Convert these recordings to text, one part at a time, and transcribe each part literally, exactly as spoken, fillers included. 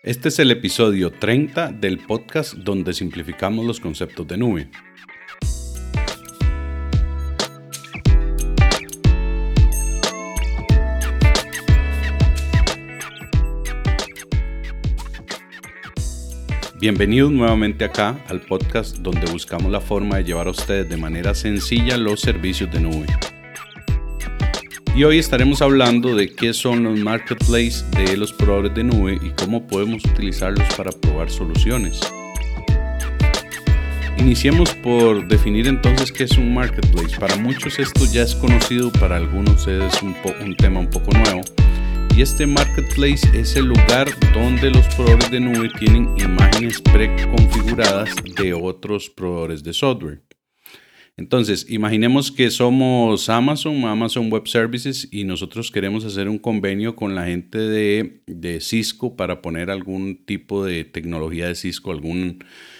Este es el episodio treinta del podcast donde simplificamos los conceptos de nube. Bienvenidos nuevamente acá al podcast donde buscamos la forma de llevar a ustedes de manera sencilla los servicios de nube. Y hoy estaremos hablando de qué son los marketplaces de los proveedores de nube y cómo podemos utilizarlos para probar soluciones. Iniciemos por definir entonces qué es un marketplace. Para muchos esto ya es conocido, para algunos es un, po- un tema un poco nuevo. Y este marketplace es el lugar donde los proveedores de nube tienen imágenes preconfiguradas de otros proveedores de software. Entonces, imaginemos que somos Amazon, Amazon Web Services, y nosotros queremos hacer un convenio con la gente de, de Cisco para poner algún tipo de tecnología de Cisco, algún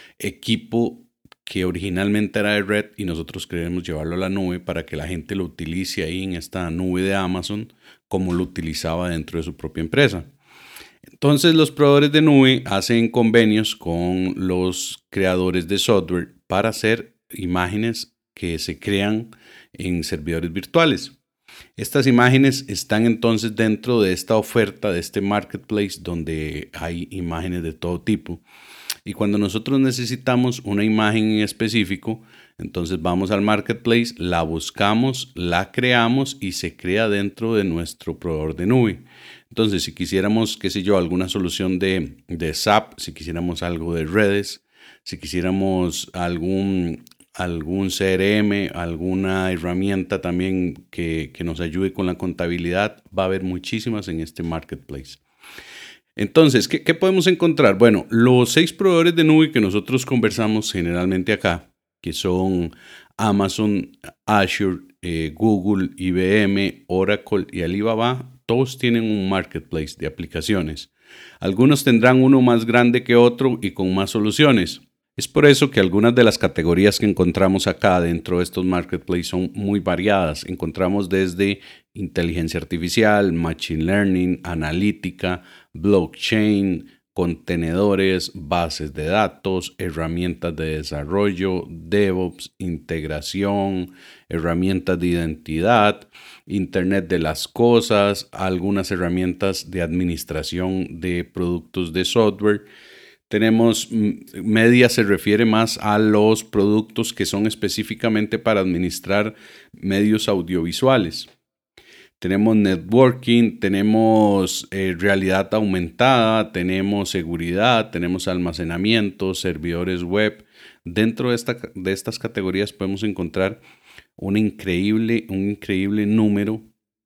equipo que originalmente era de red y nosotros queremos llevarlo a la nube para que la gente lo utilice ahí en esta nube de Amazon como lo utilizaba dentro de su propia empresa. Entonces, los proveedores de nube hacen convenios con los creadores de software para hacer imágenes que se crean en servidores virtuales. Estas imágenes están entonces dentro de esta oferta, de este marketplace donde hay imágenes de todo tipo. Y cuando nosotros necesitamos una imagen en específico, entonces vamos al marketplace, la buscamos, la creamos y se crea dentro de nuestro proveedor de nube. Entonces, si quisiéramos, qué sé yo, alguna solución de, de S A P, si quisiéramos algo de redes, si quisiéramos algún... algún C R M, alguna herramienta también que, que nos ayude con la contabilidad, va a haber muchísimas en este marketplace. Entonces, ¿qué, qué podemos encontrar? Bueno, los seis proveedores de nube que nosotros conversamos generalmente acá, que son Amazon, Azure, eh, Google, I B M, Oracle y Alibaba, todos tienen un marketplace de aplicaciones. Algunos tendrán uno más grande que otro y con más soluciones. Es por eso que algunas de las categorías que encontramos acá dentro de estos marketplaces son muy variadas. Encontramos desde inteligencia artificial, machine learning, analítica, blockchain, contenedores, bases de datos, herramientas de desarrollo, DevOps, integración, herramientas de identidad, Internet de las cosas, algunas herramientas de administración de productos de software. Tenemos media, se refiere más a los productos que son específicamente para administrar medios audiovisuales. Tenemos networking, tenemos eh, realidad aumentada, tenemos seguridad, tenemos almacenamiento, servidores web. Dentro de, esta, de estas categorías podemos encontrar un increíble, un increíble número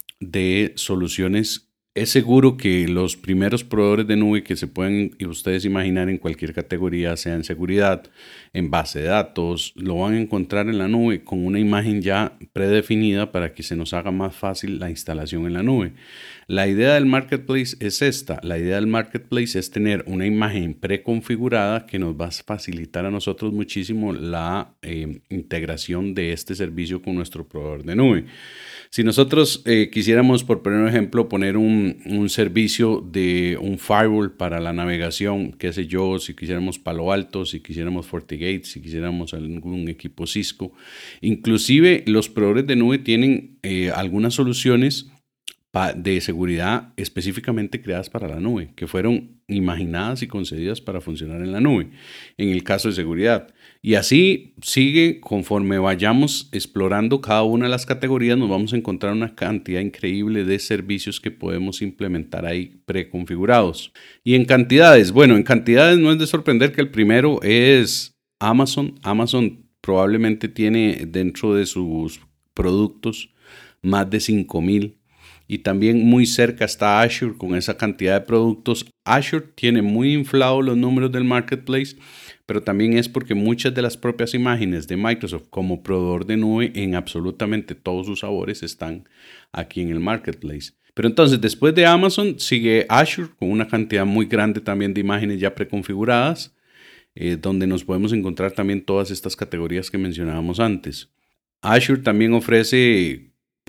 de soluciones. Es seguro que los primeros proveedores de nube que se pueden ustedes imaginar en cualquier categoría, sea en seguridad, en base de datos, lo van a encontrar en la nube con una imagen ya predefinida para que se nos haga más fácil la instalación en la nube. La idea del marketplace es esta. La idea del marketplace es tener una imagen preconfigurada que nos va a facilitar a nosotros muchísimo la eh, integración de este servicio con nuestro proveedor de nube. Si nosotros eh, quisiéramos, por poner un ejemplo, poner un, un servicio de un firewall para la navegación, qué sé yo, si quisiéramos Palo Alto, si quisiéramos FortiGate, si quisiéramos algún equipo Cisco, inclusive los proveedores de nube tienen eh, algunas soluciones de seguridad específicamente creadas para la nube, que fueron imaginadas y concebidas para funcionar en la nube, en el caso de seguridad. Y así sigue, conforme vayamos explorando cada una de las categorías, nos vamos a encontrar una cantidad increíble de servicios que podemos implementar ahí preconfigurados. Y en cantidades, bueno, en cantidades no es de sorprender que el primero es Amazon. Amazon probablemente tiene dentro de sus productos más de cinco mil. Y también muy cerca está Azure con esa cantidad de productos. Azure tiene muy inflados los números del marketplace, pero también es porque muchas de las propias imágenes de Microsoft como proveedor de nube en absolutamente todos sus sabores están aquí en el marketplace. Pero entonces, después de Amazon, sigue Azure con una cantidad muy grande también de imágenes ya preconfiguradas, eh, donde nos podemos encontrar también todas estas categorías que mencionábamos antes. Azure también ofrece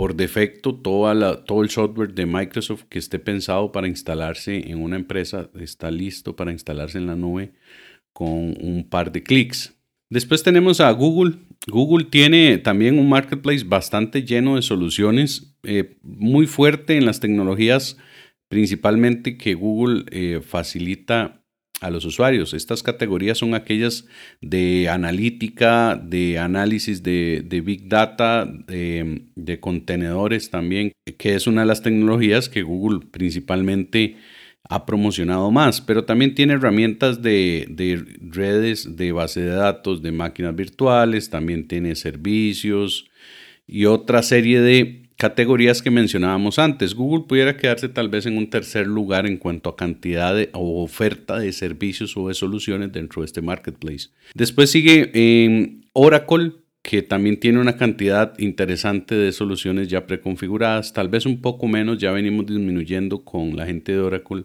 por defecto toda la, todo el software de Microsoft que esté pensado para instalarse en una empresa está listo para instalarse en la nube con un par de clics. Después tenemos a Google. Google tiene también un marketplace bastante lleno de soluciones, eh, muy fuerte en las tecnologías, principalmente que Google eh, facilita a los usuarios. Estas categorías son aquellas de analítica, de análisis de, de Big Data, de, de contenedores también, que es una de las tecnologías que Google principalmente ha promocionado más, pero también tiene herramientas de, de redes, de base de datos, de máquinas virtuales, también tiene servicios y otra serie de categorías que mencionábamos antes. Google pudiera quedarse tal vez en un tercer lugar en cuanto a cantidad de, o oferta de servicios o de soluciones dentro de este marketplace. Después sigue eh, Oracle, que también tiene una cantidad interesante de soluciones ya preconfiguradas, tal vez un poco menos, ya venimos disminuyendo con la gente de Oracle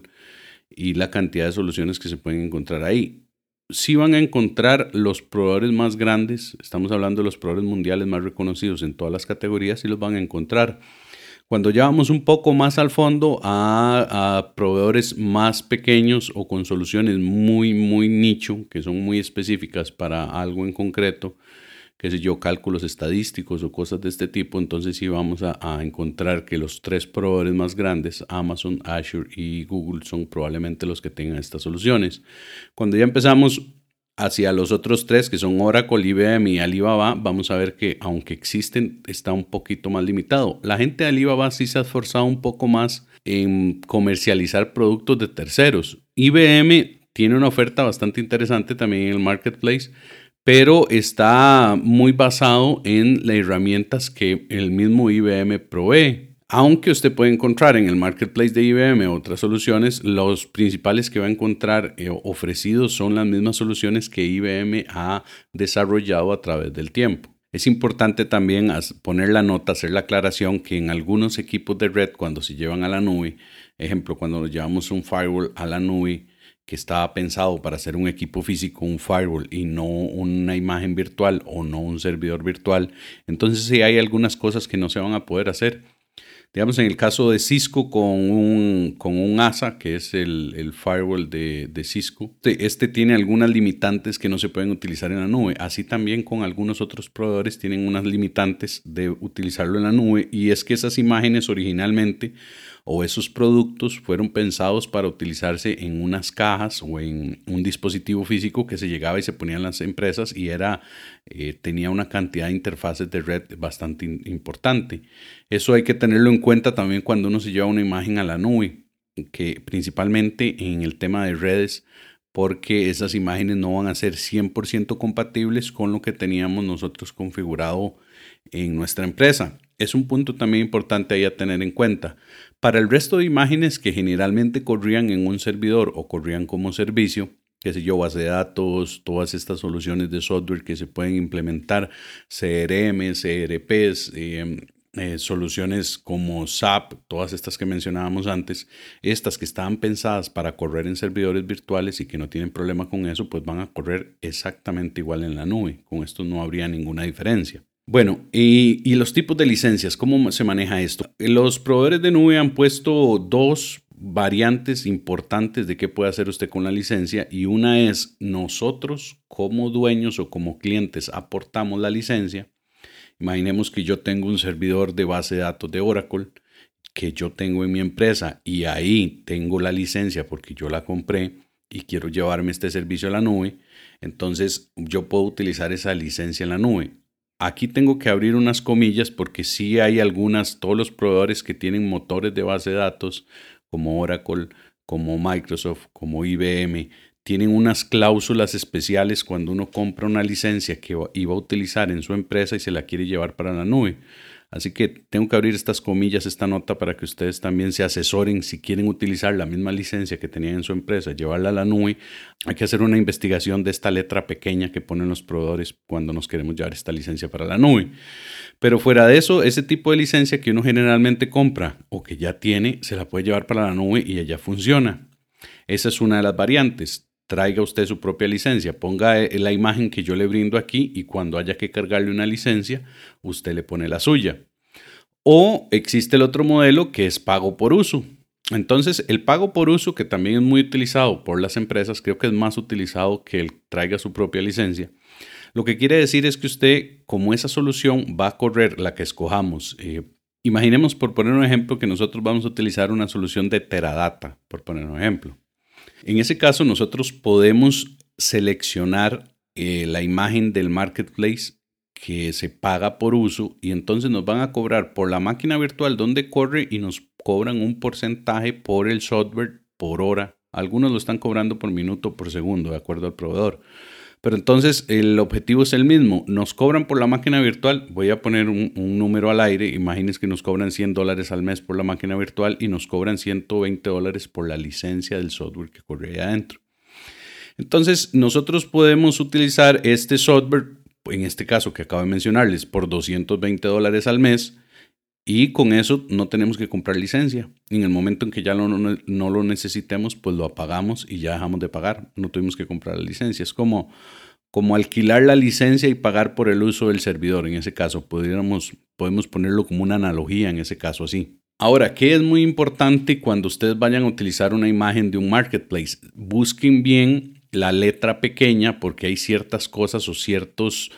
y la cantidad de soluciones que se pueden encontrar ahí. Sí van a encontrar los proveedores más grandes, estamos hablando de los proveedores mundiales más reconocidos en todas las categorías, sí los van a encontrar. Cuando ya vamos un poco más al fondo a, a proveedores más pequeños o con soluciones muy, muy nicho, que son muy específicas para algo en concreto, qué sé yo, cálculos estadísticos o cosas de este tipo, entonces sí vamos a, a encontrar que los tres proveedores más grandes, Amazon, Azure y Google, son probablemente los que tengan estas soluciones. Cuando ya empezamos hacia los otros tres, que son Oracle, I B M y Alibaba, vamos a ver que aunque existen, está un poquito más limitado. La gente de Alibaba sí se ha esforzado un poco más en comercializar productos de terceros. I B M tiene una oferta bastante interesante también en el marketplace, pero está muy basado en las herramientas que el mismo I B M provee. Aunque usted puede encontrar en el marketplace de I B M otras soluciones, los principales que va a encontrar eh, ofrecidos son las mismas soluciones que I B M ha desarrollado a través del tiempo. Es importante también poner la nota, hacer la aclaración que en algunos equipos de red, cuando se llevan a la nube, ejemplo, cuando nos llevamos un firewall a la nube, que estaba pensado para hacer un equipo físico, un firewall, y no una imagen virtual o no un servidor virtual, entonces sí hay algunas cosas que no se van a poder hacer. Digamos, en el caso de Cisco con un, con un A S A, que es el, el firewall de, de Cisco, este tiene algunas limitantes que no se pueden utilizar en la nube. Así también con algunos otros proveedores tienen unas limitantes de utilizarlo en la nube, y es que esas imágenes originalmente o esos productos fueron pensados para utilizarse en unas cajas o en un dispositivo físico que se llegaba y se ponía en las empresas y era, eh, tenía una cantidad de interfaces de red bastante in- importante. Eso hay que tenerlo en cuenta también cuando uno se lleva una imagen a la nube, que principalmente en el tema de redes, porque esas imágenes no van a ser cien por ciento compatibles con lo que teníamos nosotros configurado en nuestra empresa. Es un punto también importante ahí a tener en cuenta. Para el resto de imágenes que generalmente corrían en un servidor o corrían como servicio, qué sé yo, base de datos, todas estas soluciones de software que se pueden implementar, C R M, C R Ps, eh, eh, soluciones como S A P, todas estas que mencionábamos antes, estas que estaban pensadas para correr en servidores virtuales y que no tienen problema con eso, pues van a correr exactamente igual en la nube. Con esto no habría ninguna diferencia. Bueno, y, y los tipos de licencias, ¿cómo se maneja esto? Los proveedores de nube han puesto dos variantes importantes de qué puede hacer usted con la licencia, y una es nosotros como dueños o como clientes aportamos la licencia. Imaginemos que yo tengo un servidor de base de datos de Oracle que yo tengo en mi empresa y ahí tengo la licencia porque yo la compré y quiero llevarme este servicio a la nube, entonces yo puedo utilizar esa licencia en la nube. Aquí tengo que abrir unas comillas porque sí hay algunas, todos los proveedores que tienen motores de base de datos como Oracle, como Microsoft, como I B M, tienen unas cláusulas especiales cuando uno compra una licencia que iba a utilizar en su empresa y se la quiere llevar para la nube. Así que tengo que abrir estas comillas, esta nota, para que ustedes también se asesoren si quieren utilizar la misma licencia que tenían en su empresa, llevarla a la nube. Hay que hacer una investigación de esta letra pequeña que ponen los proveedores cuando nos queremos llevar esta licencia para la nube. Pero fuera de eso, ese tipo de licencia que uno generalmente compra o que ya tiene, se la puede llevar para la nube y ella funciona. Esa es una de las variantes. Traiga usted su propia licencia, ponga la imagen que yo le brindo aquí y cuando haya que cargarle una licencia, usted le pone la suya. O existe el otro modelo que es pago por uso. Entonces, el pago por uso, que también es muy utilizado por las empresas, creo que es más utilizado que el traiga su propia licencia. Lo que quiere decir es que usted, como esa solución va a correr la que escojamos, eh, imaginemos, por poner un ejemplo, que nosotros vamos a utilizar una solución de Teradata, por poner un ejemplo. En ese caso, nosotros podemos seleccionar eh, la imagen del marketplace que se paga por uso y entonces nos van a cobrar por la máquina virtual donde corre y nos cobran un porcentaje por el software por hora. Algunos lo están cobrando por minuto o por segundo, de acuerdo al proveedor. Pero entonces el objetivo es el mismo. Nos cobran por la máquina virtual. Voy a poner un, un número al aire. Imagínense que nos cobran cien dólares al mes por la máquina virtual y nos cobran ciento veinte dólares por la licencia del software que corre ahí adentro. Entonces nosotros podemos utilizar este software, en este caso que acabo de mencionarles, por doscientos veinte dólares al mes. Y con eso no tenemos que comprar licencia. En el momento en que ya no, no, no lo necesitemos, pues lo apagamos y ya dejamos de pagar. No tuvimos que comprar la licencia. Es como, como alquilar la licencia y pagar por el uso del servidor. En ese caso, pudiéramos, podemos ponerlo como una analogía en ese caso así. Ahora, ¿qué es muy importante cuando ustedes vayan a utilizar una imagen de un marketplace? Busquen bien la letra pequeña porque hay ciertas cosas o ciertos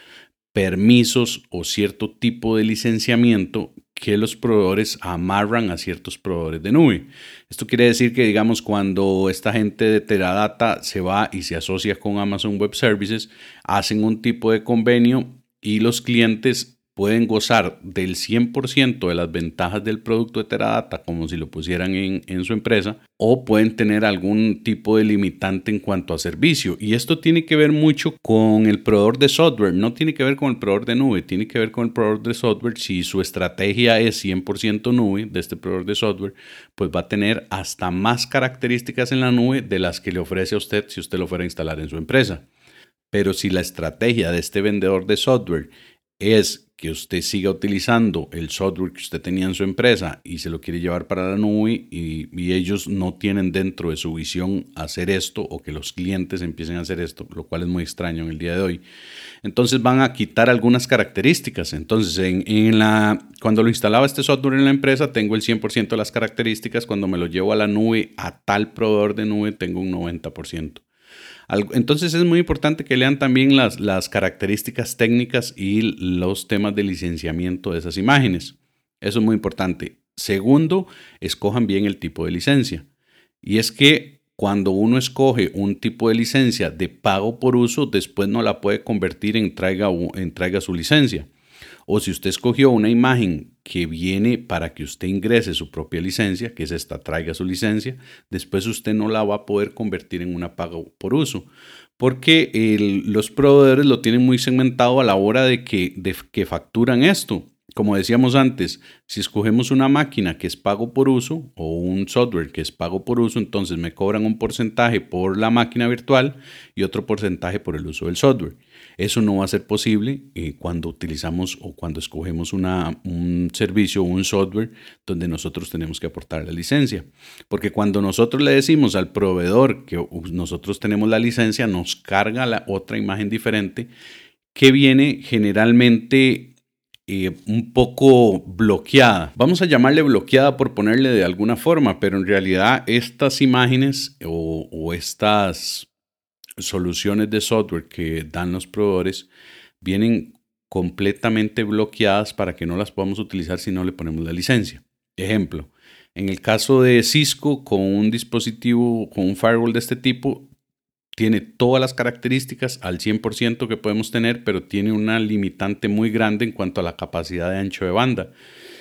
permisos o cierto tipo de licenciamiento que los proveedores amarran a ciertos proveedores de nube. Esto quiere decir que, digamos, cuando esta gente de Teradata se va y se asocia con Amazon Web Services, hacen un tipo de convenio y los clientes pueden gozar del cien por ciento de las ventajas del producto de Teradata como si lo pusieran en, en su empresa, o pueden tener algún tipo de limitante en cuanto a servicio. Y esto tiene que ver mucho con el proveedor de software, no tiene que ver con el proveedor de nube, tiene que ver con el proveedor de software. Si su estrategia es cien por ciento nube de este proveedor de software, pues va a tener hasta más características en la nube de las que le ofrece a usted si usted lo fuera a instalar en su empresa. Pero si la estrategia de este vendedor de software es que usted siga utilizando el software que usted tenía en su empresa y se lo quiere llevar para la nube y, y ellos no tienen dentro de su visión hacer esto o que los clientes empiecen a hacer esto, lo cual es muy extraño en el día de hoy. Entonces van a quitar algunas características. Entonces en, en la, cuando lo instalaba este software en la empresa tengo el cien por ciento de las características, cuando me lo llevo a la nube, a tal proveedor de nube, tengo un noventa por ciento. Entonces es muy importante que lean también las, las características técnicas y los temas de licenciamiento de esas imágenes. Eso es muy importante. Segundo, escojan bien el tipo de licencia. Y es que cuando uno escoge un tipo de licencia de pago por uso, después no la puede convertir en traiga, en traiga su licencia. O si usted escogió una imagen que viene para que usted ingrese su propia licencia, que es esta, traiga su licencia, después usted no la va a poder convertir en una pago por uso. Porque el, los proveedores lo tienen muy segmentado a la hora de que, de que facturan esto. Como decíamos antes, si escogemos una máquina que es pago por uso o un software que es pago por uso, entonces me cobran un porcentaje por la máquina virtual y otro porcentaje por el uso del software. Eso no va a ser posible eh, cuando utilizamos o cuando escogemos una, un servicio o un software donde nosotros tenemos que aportar la licencia. Porque cuando nosotros le decimos al proveedor que nosotros tenemos la licencia, nos carga la otra imagen diferente que viene generalmente Eh, un poco bloqueada. Vamos a llamarle bloqueada por ponerle de alguna forma, pero en realidad estas imágenes o, o estas soluciones de software que dan los proveedores vienen completamente bloqueadas para que no las podamos utilizar si no le ponemos la licencia. Ejemplo, en el caso de Cisco, con un dispositivo, con un firewall de este tipo, tiene todas las características al cien por ciento que podemos tener, pero tiene una limitante muy grande en cuanto a la capacidad de ancho de banda.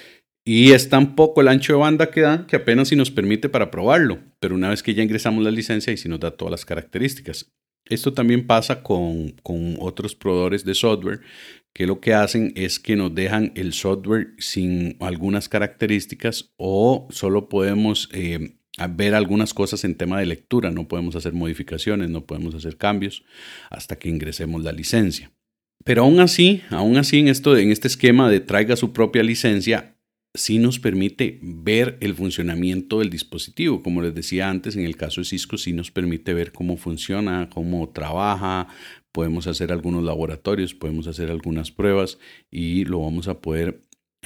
Y es tan poco el ancho de banda que da que apenas si nos permite para probarlo. Pero una vez que ya ingresamos la licencia, y si nos da todas las características. Esto también pasa con, con otros proveedores de software que lo que hacen es que nos dejan el software sin algunas características o solo podemos Eh, a ver algunas cosas en tema de lectura. No podemos hacer modificaciones, no podemos hacer cambios hasta que ingresemos la licencia. Pero aún así, aún así en, esto, en este esquema de traiga su propia licencia, sí nos permite ver el funcionamiento del dispositivo. Como les decía antes, en el caso de Cisco sí nos permite ver cómo funciona, cómo trabaja. Podemos hacer algunos laboratorios, podemos hacer algunas pruebas y lo vamos a poder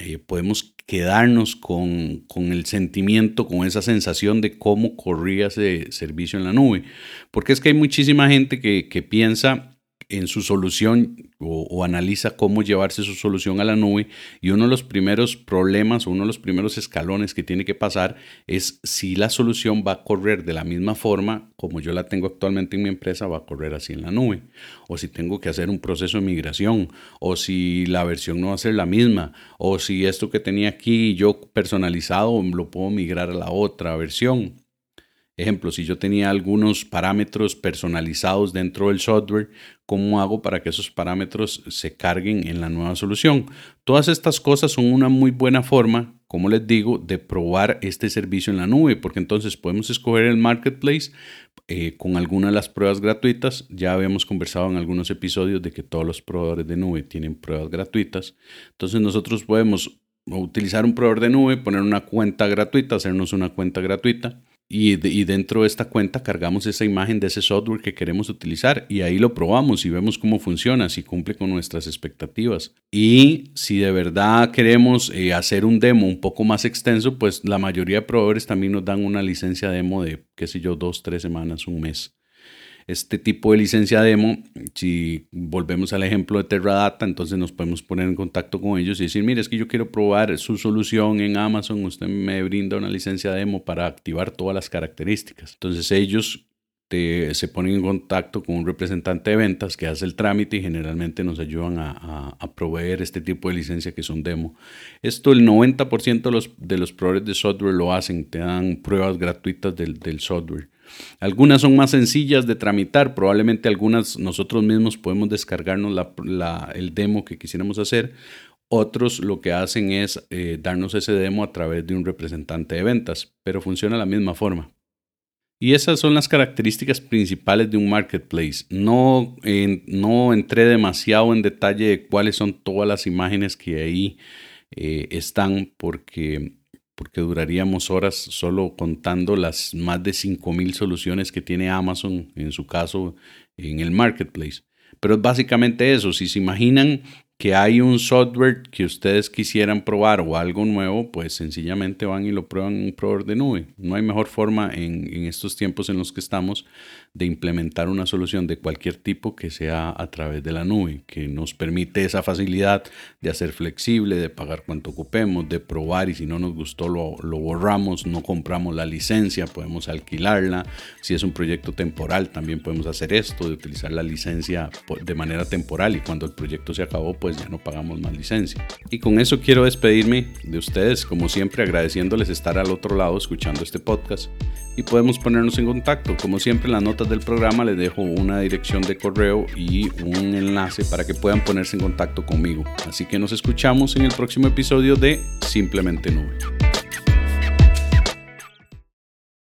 eh, podemos quedarnos con, con el sentimiento, con esa sensación de cómo corría ese servicio en la nube. Porque es que hay muchísima gente que, que piensa en su solución o, o analiza cómo llevarse su solución a la nube, y uno de los primeros problemas o uno de los primeros escalones que tiene que pasar es si la solución va a correr de la misma forma como yo la tengo actualmente en mi empresa, va a correr así en la nube, o si tengo que hacer un proceso de migración, o si la versión no va a ser la misma, o si esto que tenía aquí yo personalizado lo puedo migrar a la otra versión. Ejemplo, si yo tenía algunos parámetros personalizados dentro del software, ¿cómo hago para que esos parámetros se carguen en la nueva solución? Todas estas cosas son una muy buena forma, como les digo, de probar este servicio en la nube, porque entonces podemos escoger el marketplace eh, con algunas de las pruebas gratuitas. Ya habíamos conversado en algunos episodios de que todos los proveedores de nube tienen pruebas gratuitas. Entonces nosotros podemos utilizar un proveedor de nube, poner una cuenta gratuita, hacernos una cuenta gratuita. Y, de, y dentro de esta cuenta cargamos esa imagen de ese software que queremos utilizar y ahí lo probamos y vemos cómo funciona, si cumple con nuestras expectativas. Y si de verdad queremos eh, hacer un demo un poco más extenso, pues la mayoría de proveedores también nos dan una licencia demo de, qué sé yo, dos, tres semanas, un mes. Este tipo de licencia demo, si volvemos al ejemplo de Teradata, entonces nos podemos poner en contacto con ellos y decir, mire, es que yo quiero probar su solución en Amazon, usted me brinda una licencia demo para activar todas las características. Entonces ellos te, se ponen en contacto con un representante de ventas que hace el trámite y generalmente nos ayudan a, a, a proveer este tipo de licencia que son demo. Esto el noventa por ciento de los, de los proveedores de software lo hacen, te dan pruebas gratuitas del, del software. Algunas son más sencillas de tramitar, probablemente algunas nosotros mismos podemos descargarnos la, la, el demo que quisiéramos hacer. Otros lo que hacen es eh, darnos ese demo a través de un representante de ventas, pero funciona de la misma forma. Y esas son las características principales de un marketplace. No, eh, no entré demasiado en detalle de cuáles son todas las imágenes que ahí eh, están, porque... porque duraríamos horas solo contando las más de cinco mil soluciones que tiene Amazon, en su caso, en el marketplace. Pero es básicamente eso. Si se imaginan que hay un software que ustedes quisieran probar o algo nuevo, pues sencillamente van y lo prueban en un proveedor de nube. No hay mejor forma en, en estos tiempos en los que estamos de implementar una solución de cualquier tipo que sea a través de la nube, que nos permite esa facilidad de hacer flexible, de pagar cuanto ocupemos, de probar, y si no nos gustó lo, lo borramos, no compramos la licencia, podemos alquilarla. Si es un proyecto temporal también podemos hacer esto, de utilizar la licencia de manera temporal, y cuando el proyecto se acabó pues ya no pagamos más licencia. Y con eso quiero despedirme de ustedes, como siempre agradeciéndoles estar al otro lado escuchando este podcast, y podemos ponernos en contacto. Como siempre, en las notas del programa les dejo una dirección de correo y un enlace para que puedan ponerse en contacto conmigo. Así que nos escuchamos en el próximo episodio de Simplemente Nube.